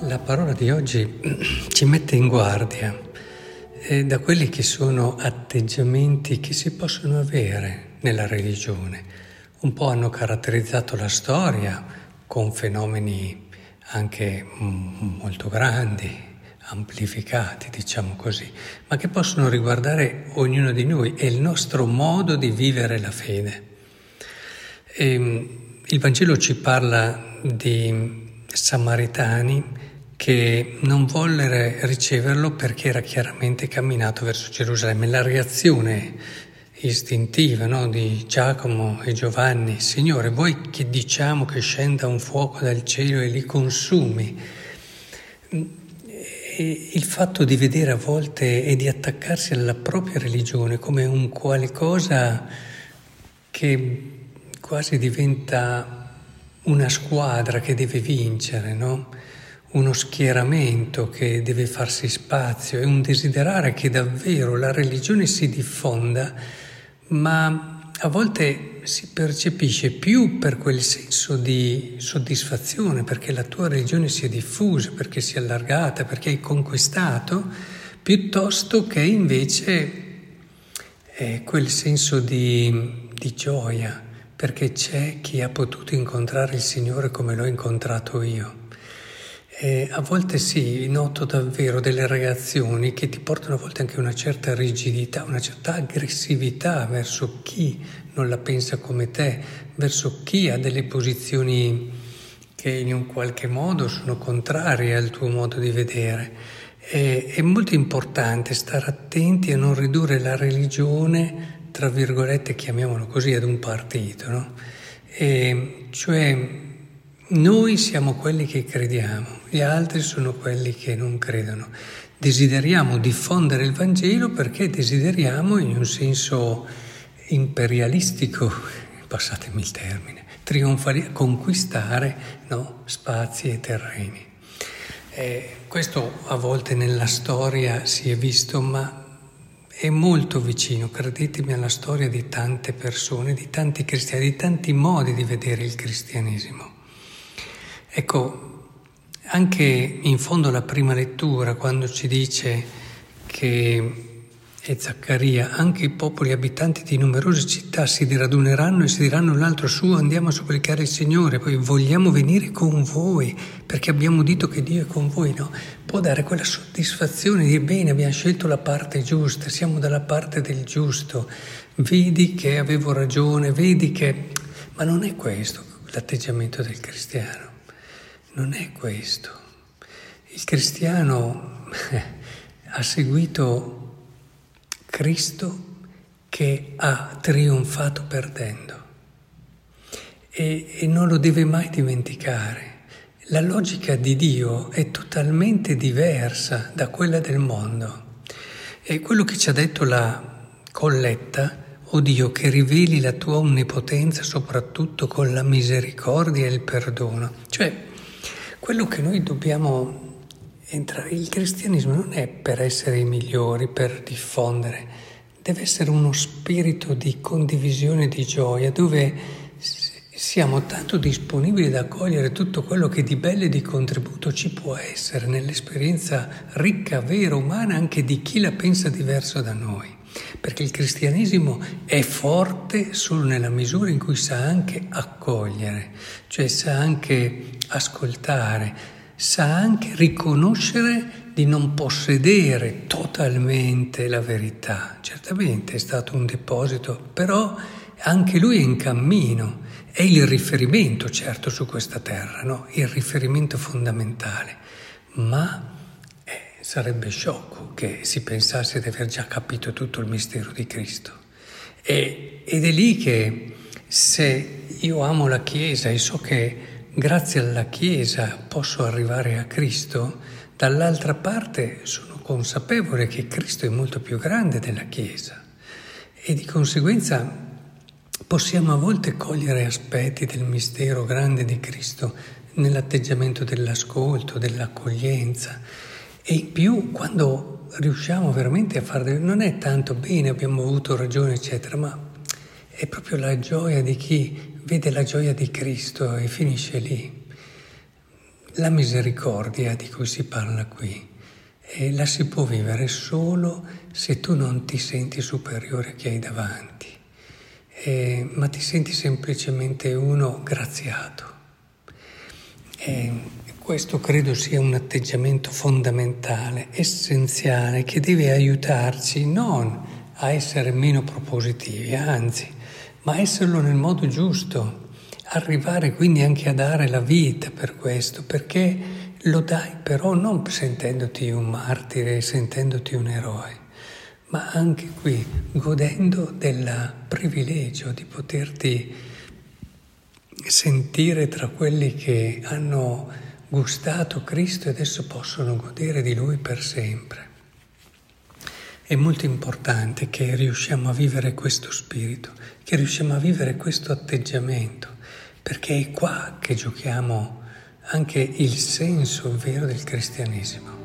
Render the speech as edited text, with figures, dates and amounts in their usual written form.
La parola di oggi ci mette in guardia da quelli che sono atteggiamenti che si possono avere nella religione. Un po' hanno caratterizzato la storia con fenomeni anche molto grandi, amplificati, diciamo così, ma che possono riguardare ognuno di noi e il nostro modo di vivere la fede. Il Vangelo ci parla di samaritani che non vollero riceverlo perché era chiaramente camminato verso Gerusalemme. La reazione istintiva, no, di Giacomo e Giovanni: Signore, vuoi che diciamo che scenda un fuoco dal cielo e li consumi? E il fatto di vedere a volte e di attaccarsi alla propria religione come un qualcosa che quasi diventa una squadra che deve vincere, no? Uno schieramento che deve farsi spazio e un desiderare che davvero la religione si diffonda, ma a volte si percepisce più per quel senso di soddisfazione, perché la tua religione si è diffusa, perché si è allargata, perché hai conquistato, piuttosto che invece quel senso di gioia, perché c'è chi ha potuto incontrare il Signore come l'ho incontrato io. A volte sì, noto davvero delle reazioni che ti portano a volte anche una certa rigidità, una certa aggressività verso chi non la pensa come te, verso chi ha delle posizioni che in un qualche modo sono contrarie al tuo modo di vedere. È molto importante stare attenti a non ridurre la religione, tra virgolette, chiamiamolo così, ad un partito, no? Cioè noi siamo quelli che crediamo, gli altri sono quelli che non credono. Desideriamo diffondere il Vangelo perché desideriamo, in un senso imperialistico, passatemi il termine, conquistare, no, spazi e terreni. Questo a volte nella storia si è visto, ma è molto vicino, credetemi, alla storia di tante persone, di tanti cristiani, di tanti modi di vedere il cristianesimo. Ecco, anche in fondo la prima lettura, quando ci dice che è Zaccaria, anche i popoli abitanti di numerose città si raduneranno e si diranno l'altro su, andiamo a supplicare il Signore, poi vogliamo venire con voi perché abbiamo udito che Dio è con voi, no? Può dare quella soddisfazione di dire: bene, abbiamo scelto la parte giusta, siamo dalla parte del giusto, vedi che avevo ragione, vedi che... Ma non è questo l'atteggiamento del cristiano. Non è questo. Il cristiano ha seguito Cristo che ha trionfato perdendo e non lo deve mai dimenticare. La logica di Dio è totalmente diversa da quella del mondo. E quello che ci ha detto la colletta: o Dio, che riveli la tua onnipotenza soprattutto con la misericordia e il perdono. Cioè, quello che noi dobbiamo entrare, il cristianesimo non è per essere i migliori, per diffondere, deve essere uno spirito di condivisione, di gioia, dove siamo tanto disponibili ad accogliere tutto quello che di bello e di contributo ci può essere nell'esperienza ricca, vera, umana, anche di chi la pensa diverso da noi. Perché il cristianesimo è forte solo nella misura in cui sa anche accogliere, cioè sa anche ascoltare, sa anche riconoscere di non possedere totalmente la verità. Certamente è stato un deposito, però anche lui è in cammino, è il riferimento certo su questa terra, no? Il riferimento fondamentale, ma sarebbe sciocco che si pensasse di aver già capito tutto il mistero di Cristo. Ed è lì che, se io amo la Chiesa e so che grazie alla Chiesa posso arrivare a Cristo, dall'altra parte sono consapevole che Cristo è molto più grande della Chiesa e di conseguenza possiamo a volte cogliere aspetti del mistero grande di Cristo nell'atteggiamento dell'ascolto, dell'accoglienza. E in più, quando riusciamo veramente a fare, non è tanto bene, abbiamo avuto ragione, eccetera, ma è proprio la gioia di chi vede la gioia di Cristo e finisce lì. la misericordia di cui si parla qui la si può vivere solo se tu non ti senti superiore a chi hai davanti, ma ti senti semplicemente uno graziato. Questo credo sia un atteggiamento fondamentale, essenziale, che deve aiutarci non a essere meno propositivi, anzi, ma a esserlo nel modo giusto, arrivare quindi anche a dare la vita per questo, perché lo dai però non sentendoti un martire, sentendoti un eroe, ma anche qui godendo del privilegio di poterti sentire tra quelli che hanno gustato Cristo e adesso possono godere di Lui per sempre. È molto importante che riusciamo a vivere questo spirito, che riusciamo a vivere questo atteggiamento, perché è qua che giochiamo anche il senso vero del cristianesimo.